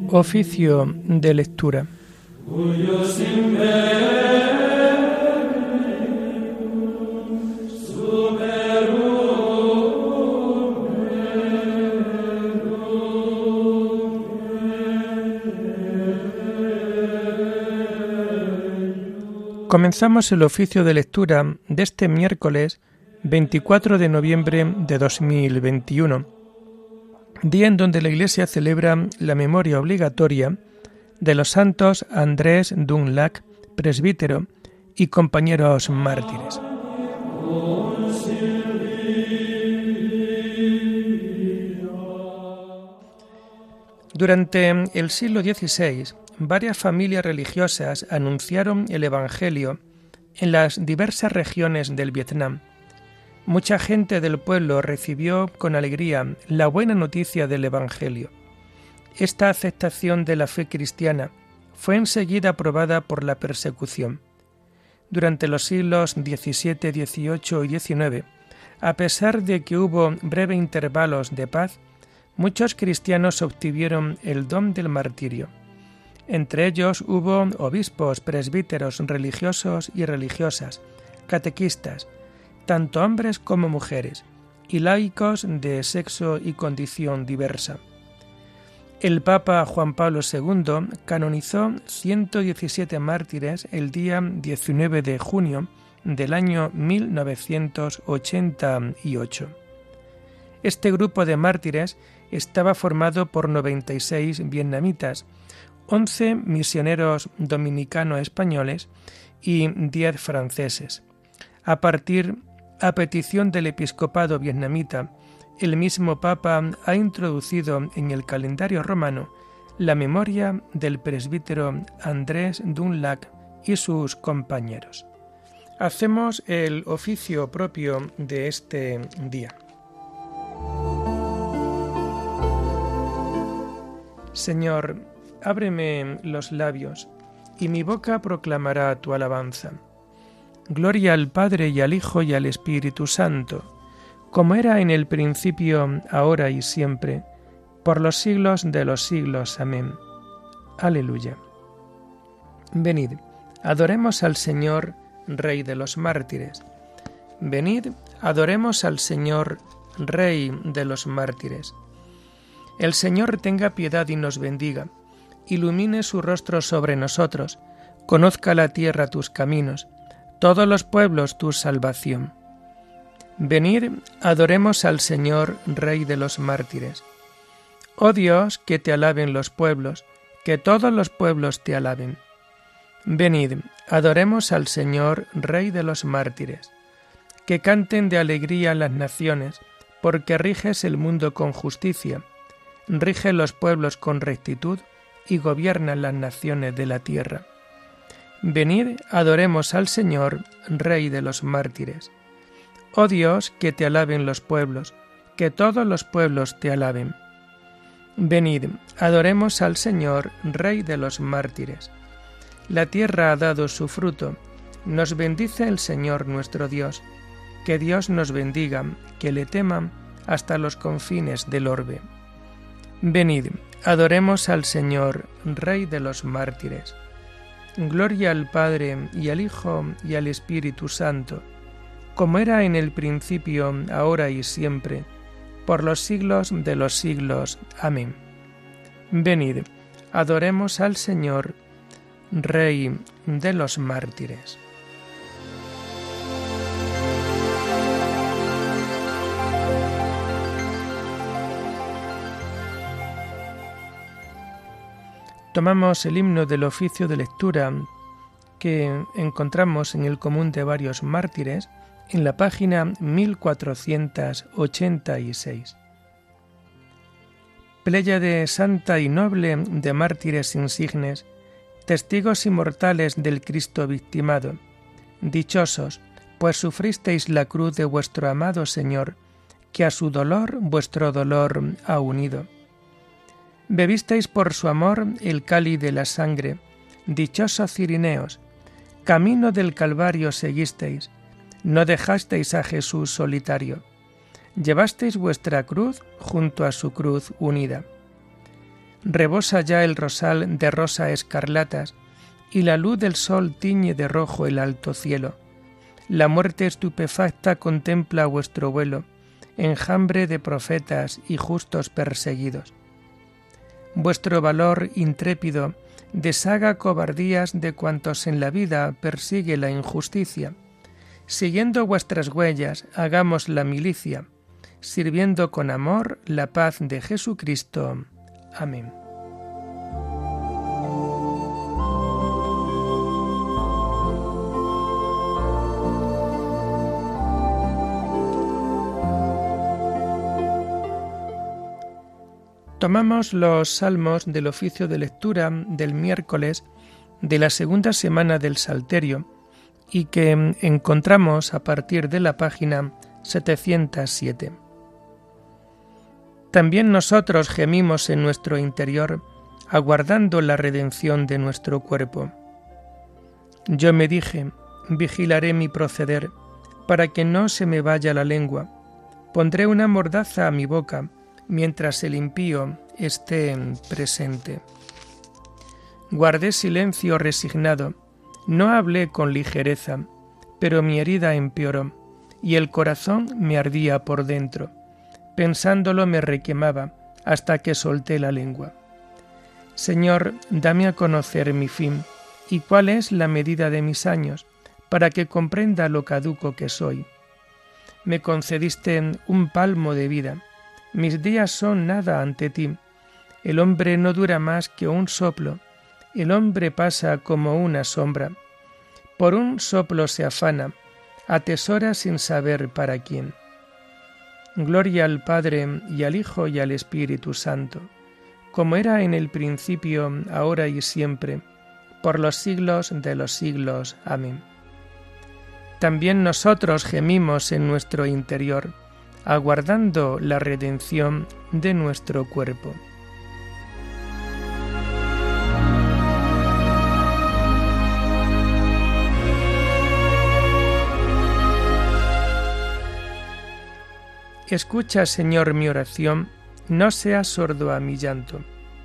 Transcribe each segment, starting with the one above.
Oficio de lectura. Comenzamos el oficio de lectura de este miércoles 24 de noviembre de 2021, día en donde la Iglesia celebra la memoria obligatoria de los santos Andrés Dunlac, presbítero, y compañeros mártires. Durante el siglo XVI, varias familias religiosas anunciaron el Evangelio en las diversas regiones del Vietnam. Mucha gente del pueblo recibió con alegría la buena noticia del Evangelio. Esta aceptación de la fe cristiana fue enseguida aprobada por la persecución. Durante los siglos XVII, XVIII y XIX, a pesar de que hubo breves intervalos de paz, muchos cristianos obtuvieron el don del martirio. Entre ellos hubo obispos, presbíteros, religiosos y religiosas, catequistas, tanto hombres como mujeres, y laicos de sexo y condición diversa. El Papa Juan Pablo II canonizó 117 mártires el día 19 de junio del año 1988. Este grupo de mártires estaba formado por 96 vietnamitas, 11 misioneros dominicano-españoles y 10 franceses. A petición del episcopado vietnamita, el mismo Papa ha introducido en el calendario romano la memoria del presbítero Andrés Dunlac y sus compañeros. Hacemos el oficio propio de este día. Señor, ábreme los labios, y mi boca proclamará tu alabanza. Gloria al Padre y al Hijo y al Espíritu Santo, como era en el principio, ahora y siempre, por los siglos de los siglos. Amén. Aleluya. Venid, adoremos al Señor, Rey de los mártires. Venid, adoremos al Señor, Rey de los mártires. El Señor tenga piedad y nos bendiga, ilumine su rostro sobre nosotros, conozca la tierra tus caminos, todos los pueblos tu salvación. Venid, adoremos al Señor, Rey de los mártires. Oh Dios, que te alaben los pueblos, que todos los pueblos te alaben. Venid, adoremos al Señor, Rey de los mártires. Que canten de alegría las naciones, porque riges el mundo con justicia, rige los pueblos con rectitud y gobiernan las naciones de la tierra. Venid, adoremos al Señor, Rey de los mártires. Oh Dios, que te alaben los pueblos, que todos los pueblos te alaben. Venid, adoremos al Señor, Rey de los mártires. La tierra ha dado su fruto, nos bendice el Señor nuestro Dios. Que Dios nos bendiga, que le teman hasta los confines del orbe. Venid, adoremos al Señor, Rey de los mártires. Gloria al Padre y al Hijo y al Espíritu Santo, como era en el principio, ahora y siempre, por los siglos de los siglos. Amén. Venid, adoremos al Señor, Rey de los mártires. Tomamos el himno del oficio de lectura que encontramos en el común de varios mártires en la página 1486. Pléyade santa y noble de mártires insignes, testigos inmortales del Cristo victimado, dichosos, pues sufristeis la cruz de vuestro amado Señor, que a su dolor vuestro dolor ha unido. Bebisteis por su amor el cáliz de la sangre, dichosos cirineos, camino del Calvario seguisteis, no dejasteis a Jesús solitario, llevasteis vuestra cruz junto a su cruz unida. rebosa ya el rosal de rosa escarlatas, y la luz del sol tiñe de rojo el alto cielo. La muerte estupefacta contempla vuestro vuelo, enjambre de profetas y justos perseguidos. Vuestro valor intrépido deshaga cobardías de cuantos en la vida persigue la injusticia. Siguiendo vuestras huellas, hagamos la milicia, sirviendo con amor la paz de Jesucristo. Amén. Tomamos los salmos del oficio de lectura del miércoles de la segunda semana del Salterio y que encontramos a partir de la página 707. También nosotros gemimos en nuestro interior, aguardando la redención de nuestro cuerpo. Yo me dije, vigilaré mi proceder, para que no se me vaya la lengua. Pondré una mordaza a mi boca, mientras el impío esté presente. Guardé silencio resignado, no hablé con ligereza, pero mi herida empeoró, y el corazón me ardía por dentro. Pensándolo me requemaba, hasta que solté la lengua. Señor, dame a conocer mi fin, y cuál es la medida de mis años, para que comprenda lo caduco que soy. Me concediste un palmo de vida. Mis días son nada ante ti. El hombre no dura más que un soplo. El hombre pasa como una sombra. Por un soplo se afana, atesora sin saber para quién. Gloria al Padre, y al Hijo, y al Espíritu Santo, como era en el principio, ahora y siempre, por los siglos de los siglos. Amén. También nosotros gemimos en nuestro interior, aguardando la redención de nuestro cuerpo. Escucha, Señor, mi oración, no seas sordo a mi llanto.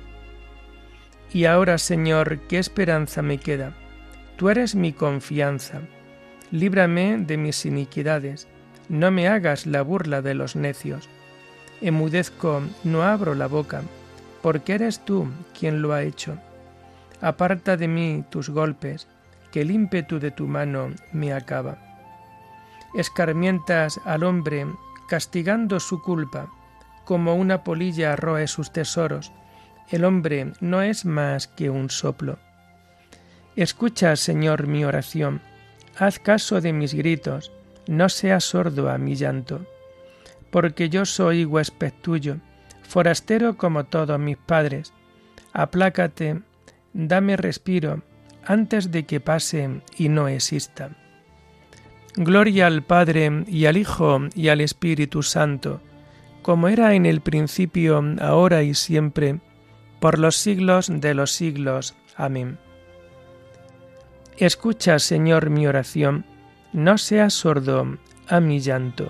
Y ahora, Señor, ¿qué esperanza me queda? Tú eres mi confianza. Líbrame de mis iniquidades. No me hagas la burla de los necios. Emudezco, no abro la boca, porque eres tú quien lo ha hecho. Aparta de mí tus golpes, que el ímpetu de tu mano me acaba. Escarmientas al hombre, castigando su culpa, como una polilla roe sus tesoros. El hombre no es más que un soplo. Escucha, Señor, mi oración. Haz caso de mis gritos. No seas sordo a mi llanto, porque yo soy huésped tuyo, forastero como todos mis padres. Aplácate, dame respiro, antes de que pase y no exista. Gloria al Padre, y al Hijo, y al Espíritu Santo, como era en el principio, ahora y siempre, por los siglos de los siglos. Amén. Escucha, Señor, mi oración. No seas sordo a mi llanto.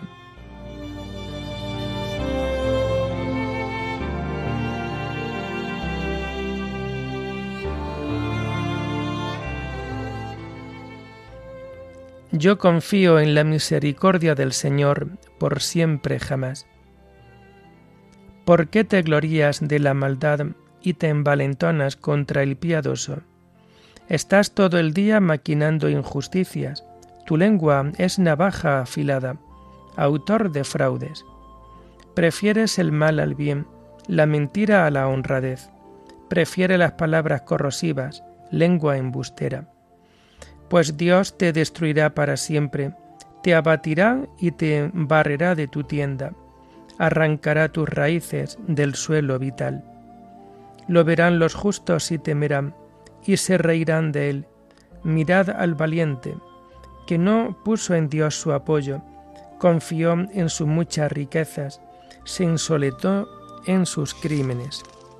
Yo confío en la misericordia del Señor por siempre jamás. ¿Por qué te glorías de la maldad y te envalentonas contra el piadoso? Estás todo el día maquinando injusticias. Tu lengua es navaja afilada, autor de fraudes. Prefieres el mal al bien, la mentira a la honradez. Prefiere las palabras corrosivas, lengua embustera. Pues Dios te destruirá para siempre, te abatirá y te barrerá de tu tienda, arrancará tus raíces del suelo vital. Lo verán los justos y temerán, y se reirán de él. Mirad al valiente, que no puso en Dios su apoyo, confió en sus muchas riquezas, se insoletó en sus crímenes.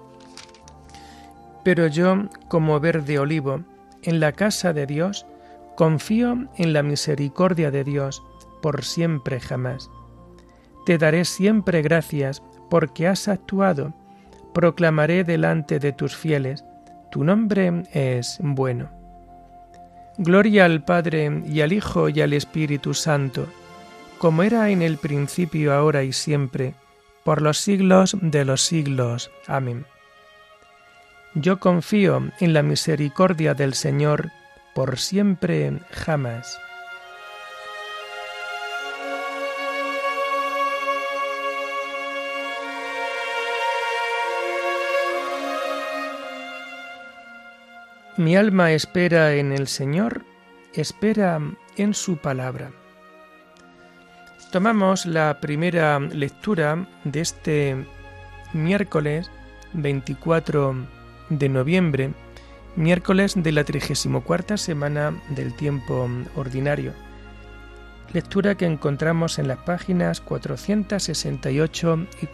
Pero yo, como verde olivo, en la casa de Dios, confío en la misericordia de Dios, por siempre jamás. Te daré siempre gracias, porque has actuado, proclamaré delante de tus fieles, tu nombre es bueno. Gloria al Padre, y al Hijo, y al Espíritu Santo, como era en el principio, ahora y siempre, por los siglos de los siglos. Amén. Yo confío en la misericordia del Señor, por siempre jamás. Mi alma espera en el Señor, espera en su palabra. Tomamos la primera lectura de este miércoles 24 de noviembre, miércoles de la 34ª semana del tiempo ordinario. Lectura que encontramos en las páginas 468 y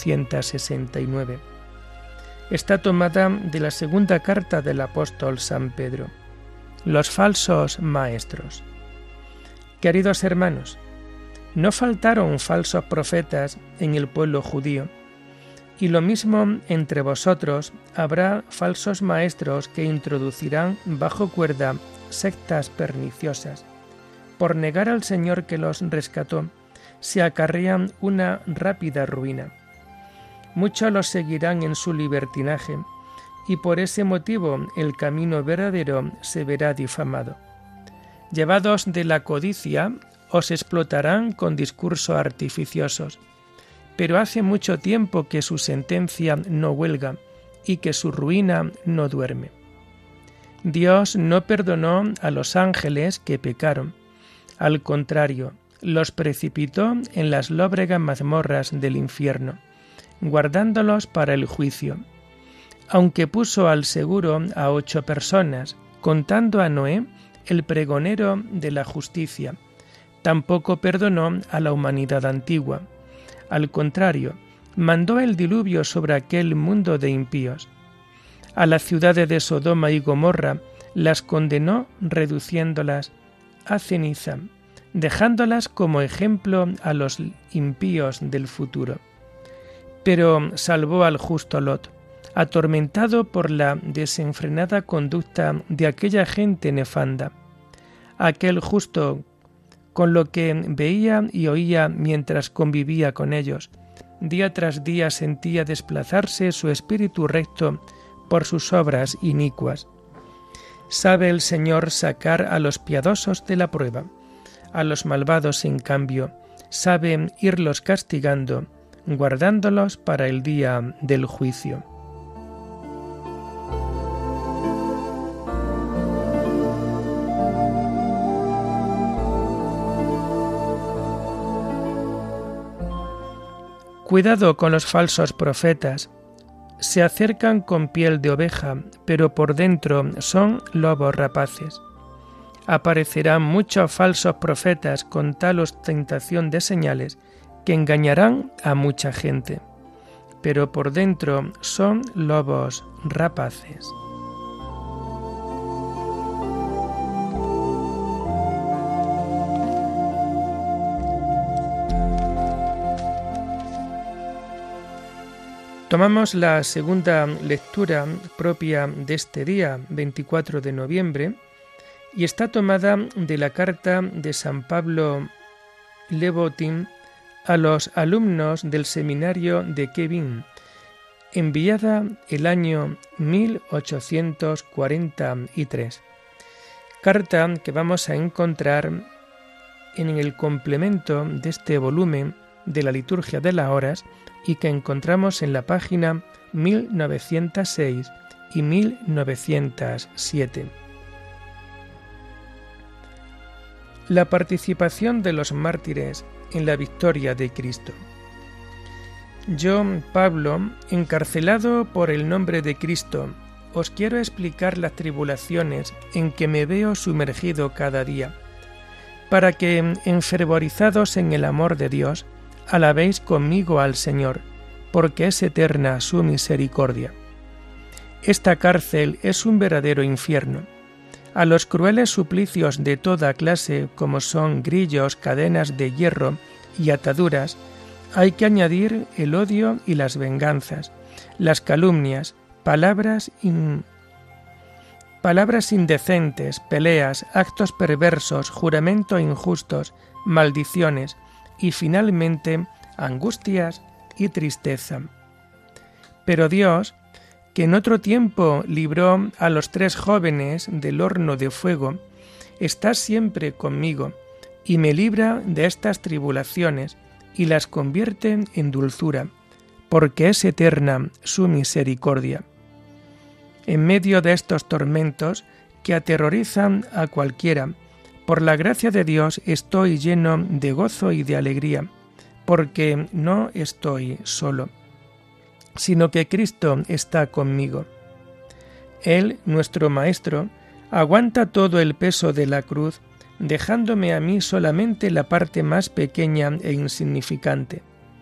469. Está tomada de la segunda carta del apóstol San Pedro. Los falsos maestros. Queridos hermanos, no faltaron falsos profetas en el pueblo judío, y lo mismo entre vosotros habrá falsos maestros que introducirán bajo cuerda sectas perniciosas. Por negar al Señor que los rescató, se acarrean una rápida ruina. Muchos los seguirán en su libertinaje, y por ese motivo el camino verdadero se verá difamado. Llevados de la codicia, os explotarán con discursos artificiosos, pero hace mucho tiempo que su sentencia no huelga y que su ruina no duerme. Dios no perdonó a los ángeles que pecaron, al contrario, los precipitó en las lóbregas mazmorras del infierno, guardándolos para el juicio, aunque puso al seguro a 8 personas, contando a Noé, el pregonero de la justicia. Tampoco perdonó a la humanidad antigua. Al contrario, mandó el diluvio sobre aquel mundo de impíos. A las ciudades de Sodoma y Gomorra las condenó reduciéndolas a ceniza, dejándolas como ejemplo a los impíos del futuro. Pero salvó al justo Lot, atormentado por la desenfrenada conducta de aquella gente nefanda. Aquel justo, con lo que veía y oía mientras convivía con ellos, día tras día sentía desplazarse su espíritu recto por sus obras inicuas. Sabe el Señor sacar a los piadosos de la prueba, a los malvados, en cambio, sabe irlos castigando, guardándolos para el día del juicio. Cuidado con los falsos profetas. Se acercan con piel de oveja, pero por dentro son lobos rapaces. Aparecerán muchos falsos profetas con tal ostentación de señales que engañarán a mucha gente, pero por dentro son lobos rapaces. Tomamos la segunda lectura propia de este día, 24 de noviembre, y está tomada de la carta de San Pablo Levotin a los alumnos del seminario de Kevin, enviada el año 1843. Carta que vamos a encontrar en el complemento de este volumen de la Liturgia de las Horas y que encontramos en la página 1906 y 1907. La participación de los mártires en la victoria de Cristo. Yo, Pablo, encarcelado por el nombre de Cristo, os quiero explicar las tribulaciones en que me veo sumergido cada día, para que, enfervorizados en el amor de Dios, alabéis conmigo al Señor, porque es eterna su misericordia. Esta cárcel es un verdadero infierno. A los crueles suplicios de toda clase, como son grillos, cadenas de hierro y ataduras, hay que añadir el odio y las venganzas, las calumnias, palabras indecentes, peleas, actos perversos, juramentos injustos, maldiciones y finalmente angustias y tristeza. Pero Dios, que en otro tiempo libró a los 3 jóvenes del horno de fuego, está siempre conmigo y me libra de estas tribulaciones y las convierte en dulzura, porque es eterna su misericordia. En medio de estos tormentos que aterrorizan a cualquiera, por la gracia de Dios estoy lleno de gozo y de alegría, porque no estoy solo, sino que Cristo está conmigo. Él, nuestro Maestro, aguanta todo el peso de la cruz, dejándome a mí solamente la parte más pequeña e insignificante.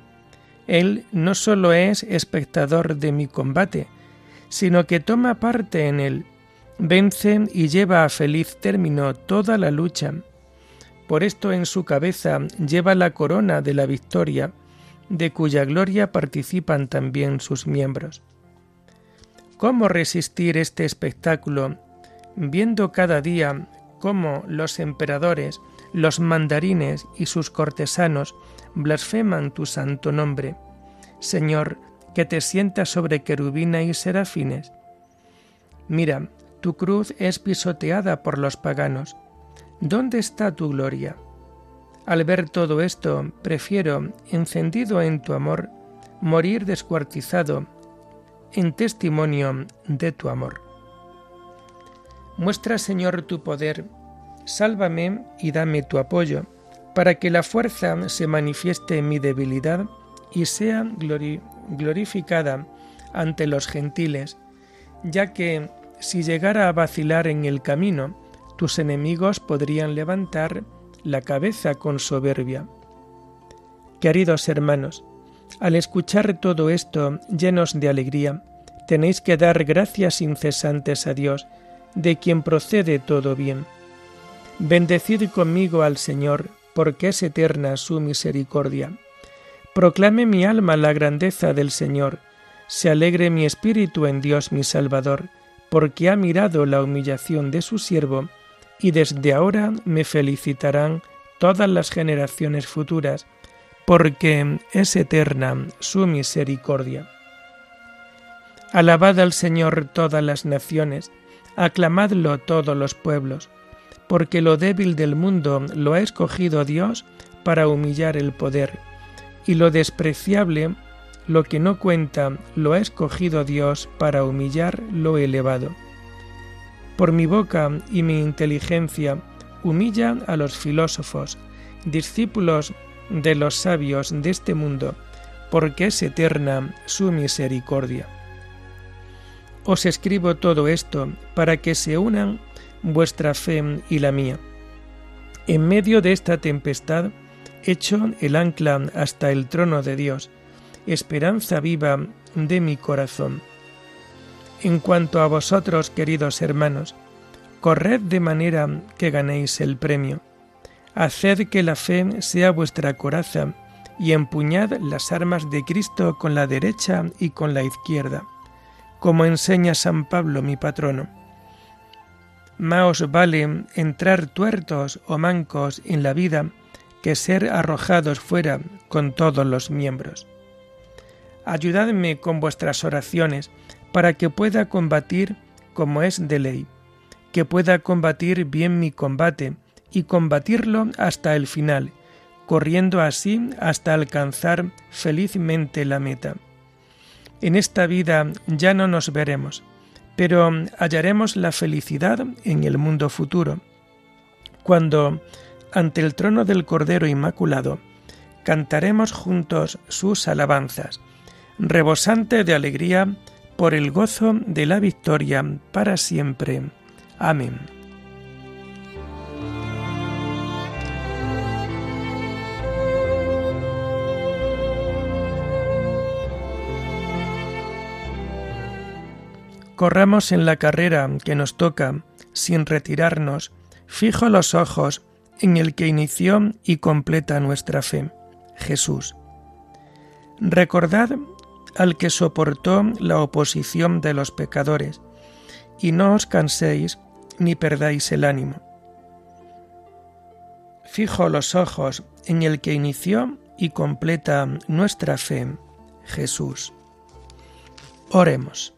Él no solo es espectador de mi combate, sino que toma parte en él, vence y lleva a feliz término toda la lucha. Por esto en su cabeza lleva la corona de la victoria, de cuya gloria participan también sus miembros. ¿Cómo resistir este espectáculo, viendo cada día cómo los emperadores, los mandarines y sus cortesanos blasfeman tu santo nombre? Señor, que te sientas sobre querubines y serafines. Mira, tu cruz es pisoteada por los paganos. ¿Dónde está tu gloria? Al ver todo esto, prefiero, encendido en tu amor, morir descuartizado en testimonio de tu amor. Muestra, Señor, tu poder, sálvame y dame tu apoyo, para que la fuerza se manifieste en mi debilidad y sea glorificada ante los gentiles, ya que si llegara a vacilar en el camino, tus enemigos podrían levantar la cabeza con soberbia. Queridos hermanos, al escuchar todo esto llenos de alegría, tenéis que dar gracias incesantes a Dios, de quien procede todo bien. Bendecid conmigo al Señor, porque es eterna su misericordia. Proclame mi alma la grandeza del Señor, se alegre mi espíritu en Dios mi Salvador, porque ha mirado la humillación de su siervo, y desde ahora me felicitarán todas las generaciones futuras, porque es eterna su misericordia. Alabad al Señor todas las naciones, aclamadlo todos los pueblos, porque lo débil del mundo lo ha escogido Dios para humillar el poder, y lo despreciable, lo que no cuenta, lo ha escogido Dios para humillar lo elevado. Por mi boca y mi inteligencia humilla a los filósofos, discípulos de los sabios de este mundo, porque es eterna su misericordia. Os escribo todo esto para que se unan vuestra fe y la mía. En medio de esta tempestad, echo el ancla hasta el trono de Dios, esperanza viva de mi corazón. En cuanto a vosotros, queridos hermanos, corred de manera que ganéis el premio. Haced que la fe sea vuestra coraza y empuñad las armas de Cristo con la derecha y con la izquierda, como enseña San Pablo, mi patrono. Más os vale entrar tuertos o mancos en la vida que ser arrojados fuera con todos los miembros. Ayudadme con vuestras oraciones para que pueda combatir como es de ley, que pueda combatir bien mi combate y combatirlo hasta el final, corriendo así hasta alcanzar felizmente la meta. En esta vida ya no nos veremos, pero hallaremos la felicidad en el mundo futuro, cuando, ante el trono del Cordero Inmaculado, cantaremos juntos sus alabanzas, rebosante de alegría por el gozo de la victoria para siempre. Amén. Corramos en la carrera que nos toca, sin retirarnos, fijo los ojos en el que inició y completa nuestra fe, Jesús. Recordad al que soportó la oposición de los pecadores, y no os canséis ni perdáis el ánimo. Fijo los ojos en el que inició y completa nuestra fe, Jesús. Oremos.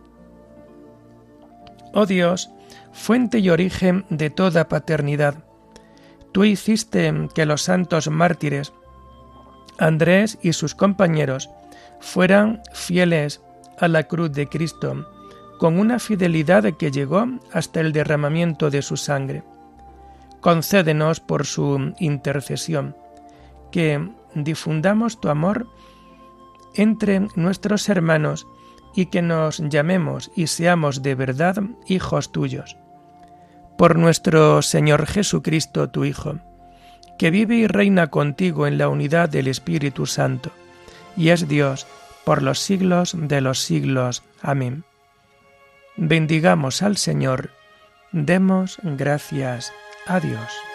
Oh Dios, fuente y origen de toda paternidad, tú hiciste que los santos mártires, Andrés y sus compañeros, fueran fieles a la cruz de Cristo, con una fidelidad que llegó hasta el derramamiento de su sangre. Concédenos por su intercesión que difundamos tu amor entre nuestros hermanos y que nos llamemos y seamos de verdad hijos tuyos. Por nuestro Señor Jesucristo, tu Hijo, que vive y reina contigo en la unidad del Espíritu Santo, y es Dios por los siglos de los siglos. Amén. Bendigamos al Señor, demos gracias a Dios.